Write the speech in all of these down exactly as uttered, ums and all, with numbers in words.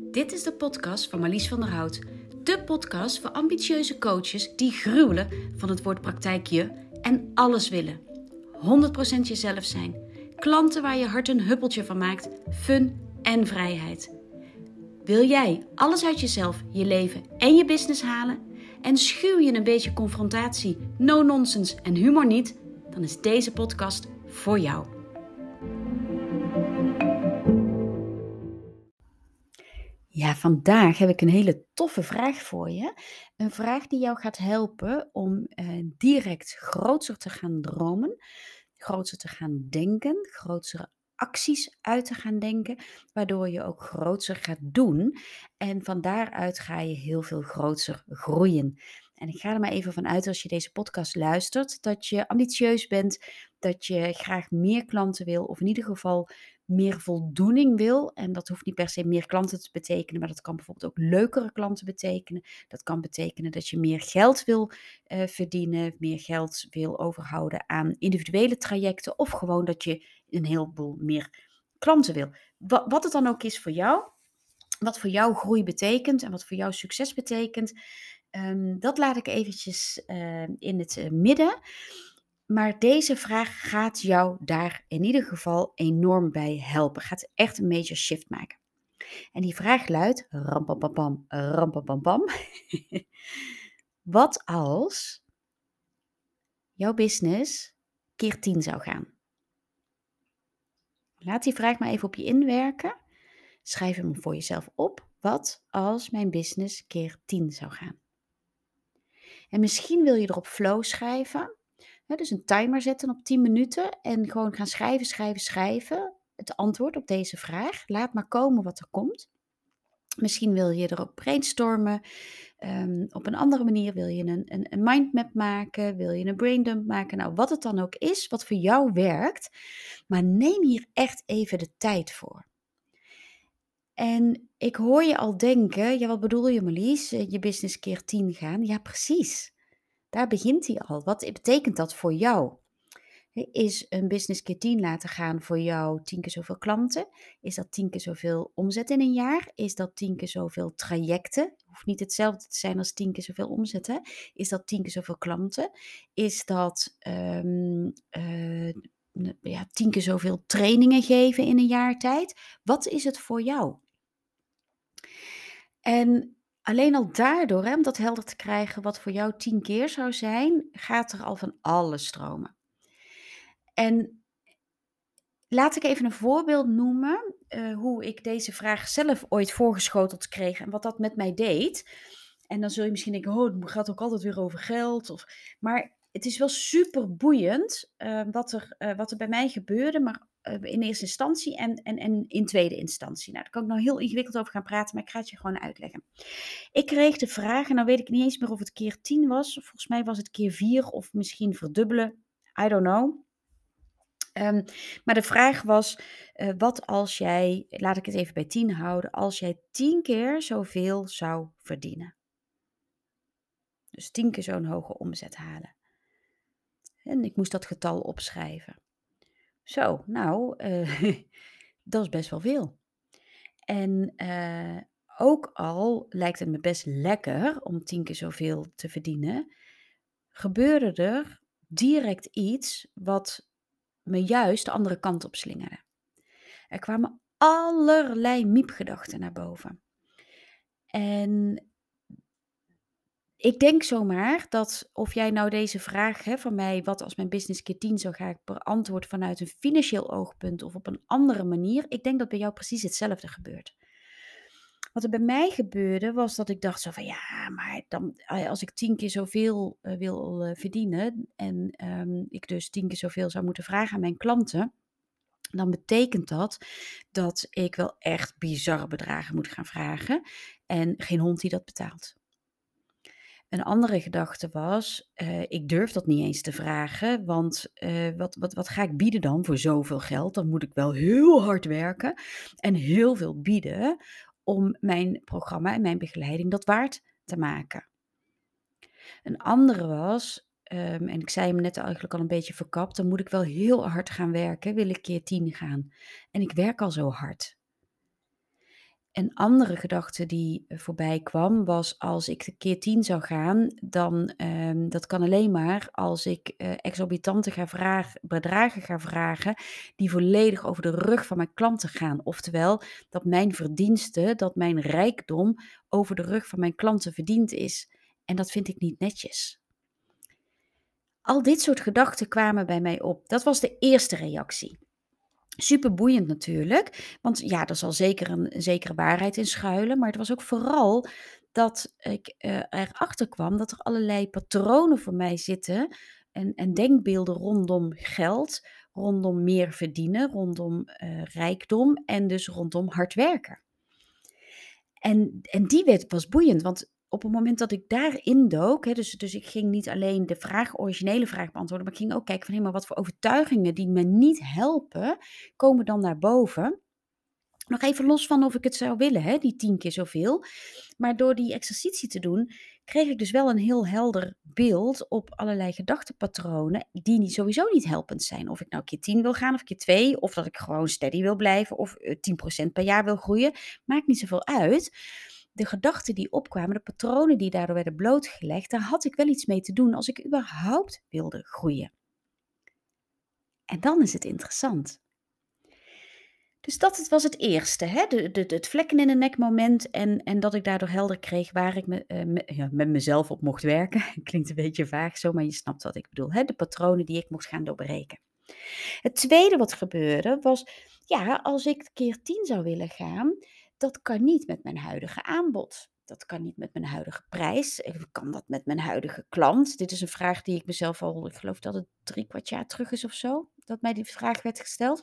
Dit is de podcast van Marlies van der Hout. De podcast voor ambitieuze coaches die gruwelen van het woord praktijkje en alles willen. honderd procent jezelf zijn. Klanten waar je hart een huppeltje van maakt. Fun en vrijheid. Wil jij alles uit jezelf, je leven en je business halen? En schuw je een beetje confrontatie, no-nonsense en humor niet? Dan is deze podcast voor jou. Ja, vandaag heb ik een hele toffe vraag voor je. Een vraag die jou gaat helpen om eh, direct groter te gaan dromen, groter te gaan denken, grotere acties uit te gaan denken, waardoor je ook groter gaat doen. En van daaruit ga je heel veel groter groeien. En ik ga er maar even van uit als je deze podcast luistert, dat je ambitieus bent, dat je graag meer klanten wil, of in ieder geval meer voldoening wil. En dat hoeft niet per se meer klanten te betekenen, maar dat kan bijvoorbeeld ook leukere klanten betekenen. Dat kan betekenen dat je meer geld wil uh, verdienen, meer geld wil overhouden aan individuele trajecten, of gewoon dat je een heleboel meer klanten wil. Wat, wat het dan ook is voor jou, wat voor jou groei betekent en wat voor jou succes betekent, um, dat laat ik eventjes uh, in het uh, midden. Maar deze vraag gaat jou daar in ieder geval enorm bij helpen. Gaat echt een major shift maken. En die vraag luidt, rampapapam, rampapapam. Wat als jouw business keer tien zou gaan? Laat die vraag maar even op je inwerken. Schrijf hem voor jezelf op. Wat als mijn business keer tien zou gaan? En misschien wil je er op flow schrijven. Ja, dus een timer zetten op tien minuten en gewoon gaan schrijven, schrijven, schrijven. Het antwoord op deze vraag. Laat maar komen wat er komt. Misschien wil je erop brainstormen. Um, op een andere manier wil je een, een, een mindmap maken. Wil je een braindump maken. Nou, wat het dan ook is, wat voor jou werkt. Maar neem hier echt even de tijd voor. En ik hoor je al denken, ja, wat bedoel je Marlies? Je business keer tien gaan? Ja, precies. Daar begint hij al. Wat betekent dat voor jou? Is een business keer tien laten gaan voor jou tien keer zoveel klanten? Is dat tien keer zoveel omzet in een jaar? Is dat tien keer zoveel trajecten? Hoeft niet hetzelfde te zijn als tien keer zoveel omzet. Hè? Is dat tien keer zoveel klanten? Is dat um, uh, ja, tien keer zoveel trainingen geven in een jaar tijd? Wat is het voor jou? En alleen al daardoor, hè, om dat helder te krijgen wat voor jou tien keer zou zijn, gaat er al van alles stromen. En laat ik even een voorbeeld noemen, uh, hoe ik deze vraag zelf ooit voorgeschoteld kreeg en wat dat met mij deed. En dan zul je misschien denken, oh, het gaat ook altijd weer over geld. Of... Maar het is wel super boeiend uh, wat, er, uh, wat er bij mij gebeurde, maar uh, in eerste instantie en, en, en in tweede instantie. Nou, daar kan ik nou heel ingewikkeld over gaan praten, maar ik ga het je gewoon uitleggen. Ik kreeg de vraag, en dan weet ik niet eens meer of het keer tien was. Volgens mij was het keer vier of misschien verdubbelen. I don't know. Um, maar de vraag was, uh, wat als jij, laat ik het even bij tien houden, als jij tien keer zoveel zou verdienen? Dus tien keer zo'n hoge omzet halen. En ik moest dat getal opschrijven. Zo, nou, uh, dat is best wel veel. En uh, ook al lijkt het me best lekker om tien keer zoveel te verdienen, gebeurde er direct iets wat me juist de andere kant op slingerde. Er kwamen allerlei miepgedachten naar boven. En ik denk zomaar dat of jij nou deze vraag hè, van mij, wat als mijn business keer tien zou gaan, beantwoord vanuit een financieel oogpunt of op een andere manier, ik denk dat bij jou precies hetzelfde gebeurt. Wat er bij mij gebeurde was dat ik dacht zo van ja, maar dan, als ik tien keer zoveel uh, wil uh, verdienen en um, ik dus tien keer zoveel zou moeten vragen aan mijn klanten, dan betekent dat dat ik wel echt bizarre bedragen moet gaan vragen en geen hond die dat betaalt. Een andere gedachte was, uh, ik durf dat niet eens te vragen, want uh, wat, wat, wat ga ik bieden dan voor zoveel geld? Dan moet ik wel heel hard werken en heel veel bieden om mijn programma en mijn begeleiding dat waard te maken. Een andere was, um, en ik zei hem net eigenlijk al een beetje verkapt, dan moet ik wel heel hard gaan werken, wil ik keer tien gaan. En ik werk al zo hard. Een andere gedachte die, eh, voorbij kwam was als ik keer tien zou gaan, dan, ehm, dat kan alleen maar als ik, eh, exorbitante ga vraag bedragen ga vragen die volledig over de rug van mijn klanten gaan. Oftewel, dat mijn verdienste, dat mijn rijkdom over de rug van mijn klanten verdiend is. En dat vind ik niet netjes. Al dit soort gedachten kwamen bij mij op. Dat was de eerste reactie. Super boeiend natuurlijk, want ja, er zal zeker een een zekere waarheid in schuilen, maar het was ook vooral dat ik, eh, erachter kwam dat er allerlei patronen voor mij zitten en en denkbeelden rondom geld, rondom meer verdienen, rondom, eh, rijkdom en dus rondom hard werken. En en die werd was boeiend, want op het moment dat ik daarin dook, hè, dus dus ik ging niet alleen de vraag originele vraag beantwoorden, maar ik ging ook kijken van: hé, maar wat voor overtuigingen die me niet helpen, komen dan naar boven. Nog even los van of ik het zou willen, hè, die tien keer zoveel. Maar door die exercitie te doen, kreeg ik dus wel een heel helder beeld op allerlei gedachtenpatronen die niet sowieso niet helpend zijn. Of ik nou keer tien wil gaan of keer twee, of dat ik gewoon steady wil blijven of, eh, tien procent per jaar wil groeien, maakt niet zoveel uit. De gedachten die opkwamen, de patronen die daardoor werden blootgelegd, daar had ik wel iets mee te doen als ik überhaupt wilde groeien. En dan is het interessant. Dus dat het was het eerste, hè, de de het vlekken in de nek moment en en dat ik daardoor helder kreeg waar ik me, eh, me ja, met mezelf op mocht werken. Klinkt een beetje vaag zo, maar je snapt wat ik bedoel, hè, de patronen die ik mocht gaan doorbreken. Het tweede wat gebeurde was, ja, als ik keer tien zou willen gaan, dat kan niet met mijn huidige aanbod. Dat kan niet met mijn huidige prijs. Eh, Kan dat met mijn huidige klant? Dit is een vraag die ik mezelf al, ik geloof dat het drie kwart jaar terug is of zo, dat mij die vraag werd gesteld.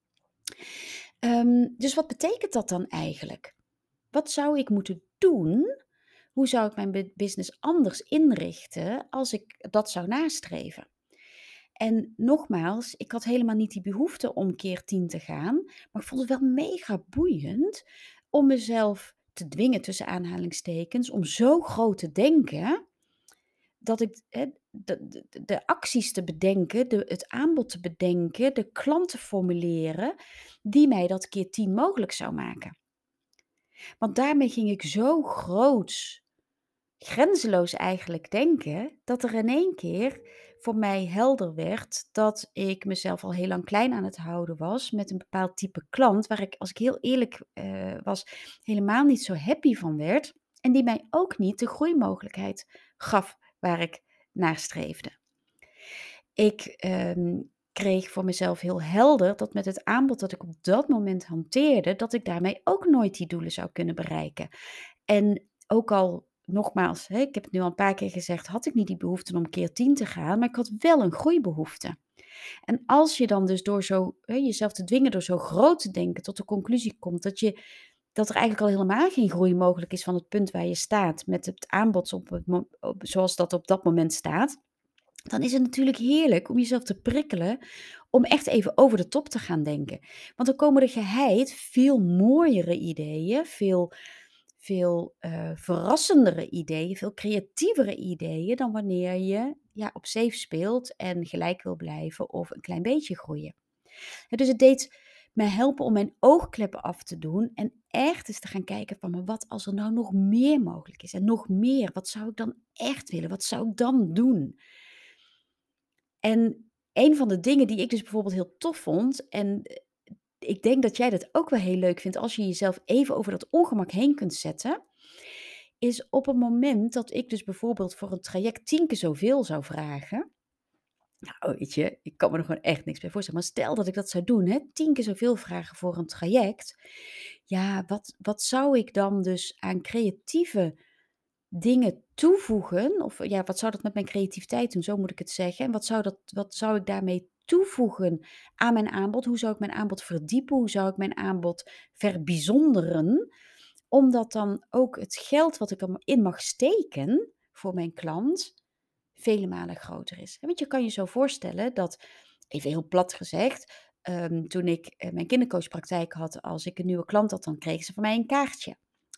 Ehm, dus wat betekent dat dan eigenlijk? Wat zou ik moeten doen? Hoe zou ik mijn bu- business anders inrichten als ik dat zou nastreven? En nogmaals, ik had helemaal niet die behoefte om keer tien te gaan, maar ik vond het wel mega boeiend om mezelf te dwingen, tussen aanhalingstekens, om zo groot te denken dat ik hè, de, de, de acties te bedenken, de, het aanbod te bedenken, de klant te formuleren, die mij dat keer tien mogelijk zou maken. Want daarmee ging ik zo groots, grenzeloos eigenlijk denken, dat er in één keer voor mij helder werd dat ik mezelf al heel lang klein aan het houden was met een bepaald type klant, waar ik, als ik heel eerlijk eh, was, helemaal niet zo happy van werd. En die mij ook niet de groeimogelijkheid gaf waar ik naar streefde. Ik ehm, kreeg voor mezelf heel helder dat met het aanbod dat ik op dat moment hanteerde, dat ik daarmee ook nooit die doelen zou kunnen bereiken. En ook al, nogmaals, hè, ik heb het nu al een paar keer gezegd, had ik niet die behoefte om keer tien te gaan, maar ik had wel een groeibehoefte. En als je dan dus door zo, hè, jezelf te dwingen door zo groot te denken, tot de conclusie komt dat je dat er eigenlijk al helemaal geen groei mogelijk is van het punt waar je staat met het aanbod op het mo- op, zoals dat op dat moment staat, dan is het natuurlijk heerlijk om jezelf te prikkelen om echt even over de top te gaan denken. Want dan komen er geheid veel mooiere ideeën, veel, veel eh, verrassendere ideeën, veel creatievere ideeën dan wanneer je ja, op safe speelt en gelijk wil blijven of een klein beetje groeien. Ja, dus het deed mij helpen om mijn oogkleppen af te doen en echt eens te gaan kijken van, maar wat als er nou nog meer mogelijk is en nog meer? Wat zou ik dan echt willen? Wat zou ik dan doen? En een van de dingen die ik dus bijvoorbeeld heel tof vond, en eh, ik denk dat jij dat ook wel heel leuk vindt als je jezelf even over dat ongemak heen kunt zetten, is op het moment dat ik dus bijvoorbeeld voor een traject tien keer zoveel zou vragen. Nou, weet je, ik kan me er gewoon echt niks bij voorstellen. Maar stel dat ik dat zou doen, hè, tien keer zoveel vragen voor een traject. Ja, wat, wat zou ik dan dus aan creatieve dingen toevoegen? Of ja, wat zou dat met mijn creativiteit doen? Zo moet ik het zeggen. En wat zou, dat, wat zou ik daarmee toevoegen aan mijn aanbod? Hoe zou ik mijn aanbod verdiepen? Hoe zou ik mijn aanbod verbijzonderen? Omdat dan ook het geld wat ik erin mag steken voor mijn klant vele malen groter is. Want je kan je zo voorstellen dat, even heel plat gezegd, ehm, toen ik eh, mijn kindercoachpraktijk had, als ik een nieuwe klant had, dan kregen ze van mij een kaartje.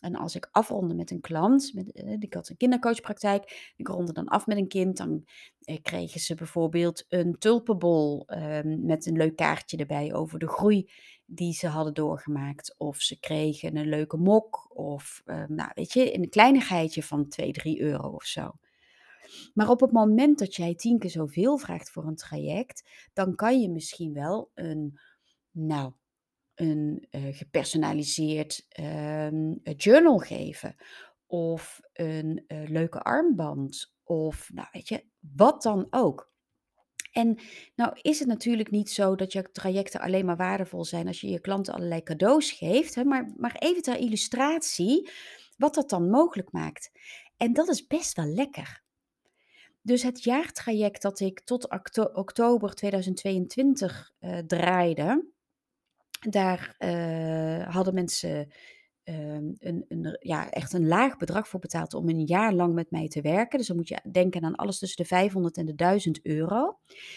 En als ik afronde met een klant, met, eh, ik had een kindercoachpraktijk, ik ronde dan af met een kind, dan eh, kregen ze bijvoorbeeld een tulpenbol ehm, met een leuk kaartje erbij over de groei die ze hadden doorgemaakt. Of ze kregen een leuke mok, of eh, nou weet je, een kleinigheidje van twee, drie euro of zo. Maar op het moment dat jij tien keer zoveel vraagt voor een traject, dan kan je misschien wel een, nou, een eh, gepersonaliseerd ehm, eh, journal geven. Of een eh, leuke armband. Of, nou weet je, wat dan ook. En nou is het natuurlijk niet zo dat je trajecten alleen maar waardevol zijn als je je klanten allerlei cadeaus geeft. Hè, maar, maar even ter illustratie wat dat dan mogelijk maakt. En dat is best wel lekker. Dus het jaartraject dat ik tot octo- oktober tweeduizend tweeëntwintig eh, draaide, daar eh, hadden mensen ehm, een, een, ja, echt een laag bedrag voor betaald om een jaar lang met mij te werken. Dus dan moet je denken aan alles tussen de vijfhonderd en de duizend euro.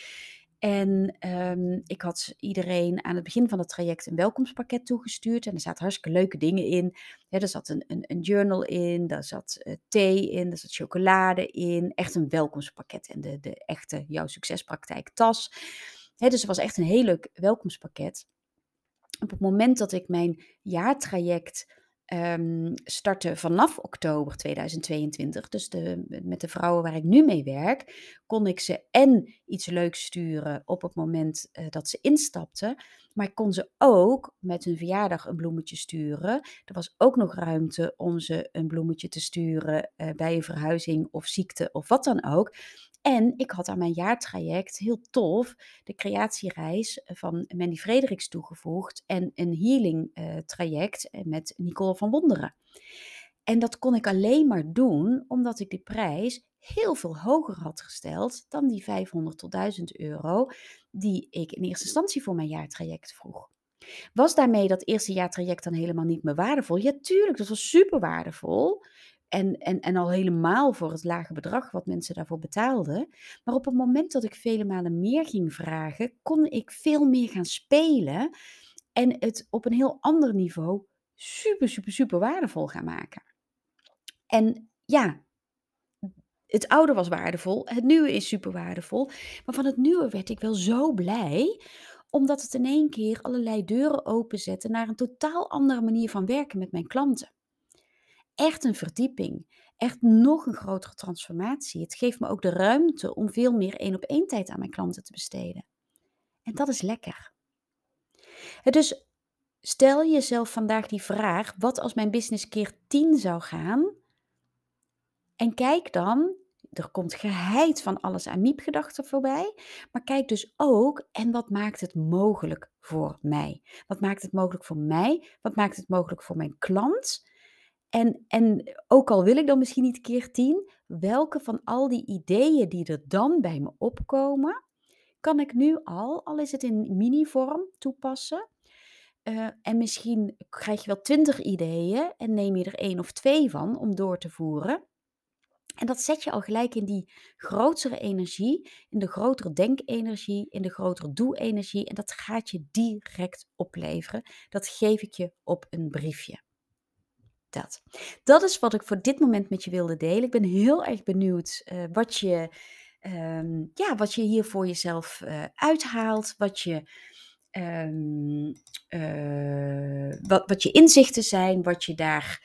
En ehm, ik had iedereen aan het begin van het traject een welkomstpakket toegestuurd. En er zaten hartstikke leuke dingen in. Ja, er zat een, een, een journal in, daar zat eh, thee in, er zat chocolade in. Echt een welkomstpakket en de, de echte Jouw Succespraktijk tas. Hè, dus het was echt een heel leuk welkomstpakket. Op het moment dat ik mijn jaartraject ehm, startte vanaf oktober tweeduizend tweeëntwintig, dus de, met de vrouwen waar ik nu mee werk, kon ik ze en iets leuks sturen op het moment eh, dat ze instapten, maar ik kon ze ook met hun verjaardag een bloemetje sturen. Er was ook nog ruimte om ze een bloemetje te sturen eh, bij een verhuizing of ziekte of wat dan ook. En ik had aan mijn jaartraject, heel tof, de creatiereis van Mandy Frederiks toegevoegd en een healing eh, traject eh, met Nicole van Wonderen. En dat kon ik alleen maar doen omdat ik die prijs heel veel hoger had gesteld dan die vijfhonderd tot duizend euro die ik in eerste instantie voor mijn jaartraject vroeg. Was daarmee dat eerste jaartraject dan helemaal niet meer waardevol? Ja, tuurlijk, dat was super waardevol. En, en, en al helemaal voor het lage bedrag wat mensen daarvoor betaalden. Maar op het moment dat ik vele malen meer ging vragen, kon ik veel meer gaan spelen. En het op een heel ander niveau super, super, super waardevol gaan maken. En ja, het oude was waardevol, het nieuwe is super waardevol. Maar van het nieuwe werd ik wel zo blij, omdat het in één keer allerlei deuren openzette naar een totaal andere manier van werken met mijn klanten. Echt een verdieping, echt nog een grotere transformatie. Het geeft me ook de ruimte om veel meer één op één tijd aan mijn klanten te besteden. En dat is lekker. Eh, Dus stel jezelf vandaag die vraag: wat als mijn business keer tien zou gaan? En kijk dan, er komt geheid van alles aan miepgedachten voorbij, maar kijk dus ook, en wat maakt het mogelijk voor mij? Wat maakt het mogelijk voor mij? Wat maakt het mogelijk voor mijn klant? En, en ook al wil ik dan misschien niet keer tien, welke van al die ideeën die er dan bij me opkomen, kan ik nu al, al is het in mini-vorm, toepassen? Eh, en misschien krijg je wel twintig ideeën en neem je er één of twee van om door te voeren. En dat zet je al gelijk in die grotere energie, in de grotere denkenergie, in de grotere doe-energie. En dat gaat je direct opleveren. Dat geef ik je op een briefje. Dat. Dat is wat ik voor dit moment met je wilde delen. Ik ben heel erg benieuwd uh, wat, je, um, ja, wat je hier voor jezelf uh, uithaalt. Wat je, um, uh, wat, wat je inzichten zijn. Wat je daar...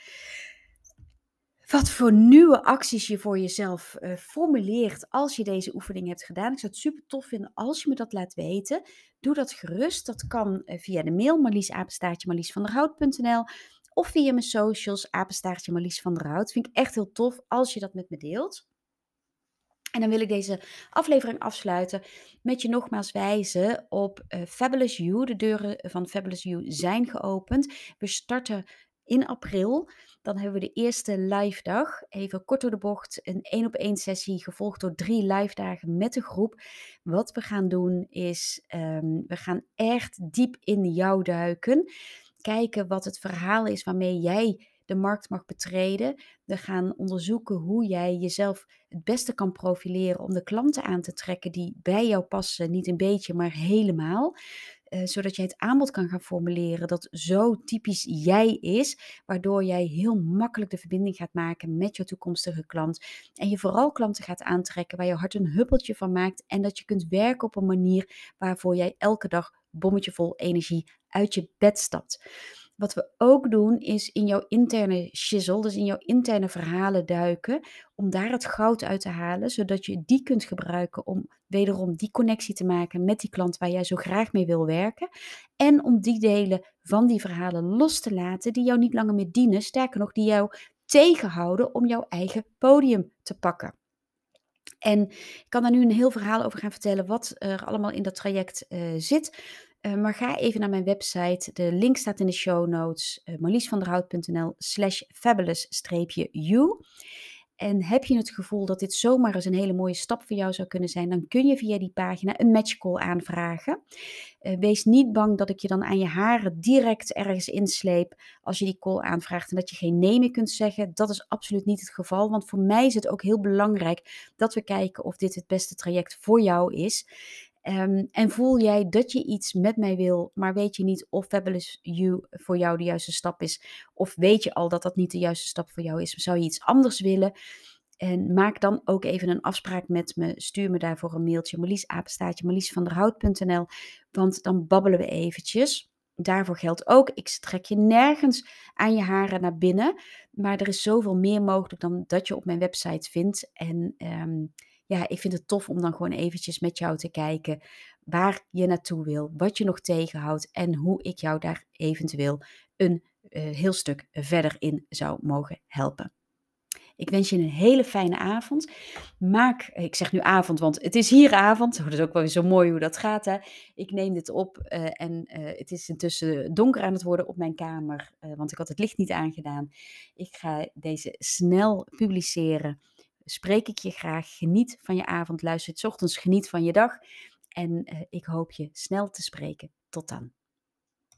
Wat voor nieuwe acties je voor jezelf uh, formuleert als je deze oefening hebt gedaan. Ik zou het super tof vinden als je me dat laat weten. Doe dat gerust. Dat kan uh, via de mail marlies apenstaartje marliesvanderhout punt n l of via mijn socials apenstaartje Marlies van der Hout. Vind ik echt heel tof als je dat met me deelt. En dan wil ik deze aflevering afsluiten met je nogmaals wijzen op uh, Fabulous You. De deuren van Fabulous You zijn geopend. We starten in april. Dan hebben we de eerste live dag. Even kort door de bocht. Een één op één sessie gevolgd door drie live dagen met de groep. Wat we gaan doen is, um, we gaan echt diep in jou duiken. Kijken wat het verhaal is waarmee jij de markt mag betreden. We gaan onderzoeken hoe jij jezelf het beste kan profileren om de klanten aan te trekken die bij jou passen. Niet een beetje, maar helemaal. uh, zodat je het aanbod kan gaan formuleren dat zo typisch jij is, waardoor jij heel makkelijk de verbinding gaat maken met je toekomstige klant en je vooral klanten gaat aantrekken waar je hart een huppeltje van maakt en dat je kunt werken op een manier waarvoor jij elke dag bommetje vol energie uit je bed stapt. Wat we ook doen is in jouw interne shizzle, dus in jouw interne verhalen duiken, om daar het goud uit te halen, zodat je die kunt gebruiken om wederom die connectie te maken met die klant waar jij zo graag mee wil werken. En om die delen van die verhalen los te laten die jou niet langer meer dienen, sterker nog, die jou tegenhouden om jouw eigen podium te pakken. En ik kan daar nu een heel verhaal over gaan vertellen wat er allemaal in dat traject uh, zit. Uh, maar ga even naar mijn website. De link staat in de show notes. Uh, marliesvanderhout.nl slash fabulous-you. En heb je het gevoel dat dit zomaar eens een hele mooie stap voor jou zou kunnen zijn, dan kun je via die pagina een matchcall aanvragen. Uh, wees niet bang dat ik je dan aan je haren direct ergens insleep als je die call aanvraagt en dat je geen nee meer kunt zeggen. Dat is absoluut niet het geval, want voor mij is het ook heel belangrijk dat we kijken of dit het beste traject voor jou is. Um, en voel jij dat je iets met mij wil, maar weet je niet of Fabulous You voor jou de juiste stap is, of weet je al dat dat niet de juiste stap voor jou is, zou je iets anders willen? En maak dan ook even een afspraak met me. Stuur me daarvoor een mailtje. Marlies, apenstaartje, marliesvanderhout punt n l. Want dan babbelen we eventjes. Daarvoor geldt ook, ik trek je nergens aan je haren naar binnen. Maar er is zoveel meer mogelijk dan dat je op mijn website vindt. En um, ja, ik vind het tof om dan gewoon eventjes met jou te kijken waar je naartoe wil, wat je nog tegenhoudt en hoe ik jou daar eventueel een uh, heel stuk verder in zou mogen helpen. Ik wens je een hele fijne avond. Maak, ik zeg nu avond, want het is hier avond. Dat is ook wel weer zo mooi hoe dat gaat. Hè? Ik neem dit op uh, en uh, het is intussen donker aan het worden op mijn kamer. Uh, want ik had het licht niet aangedaan. Ik ga deze snel publiceren. Spreek ik je graag. Geniet van je avond. Luister het 's ochtends. Geniet van je dag. En uh, ik hoop je snel te spreken. Tot dan.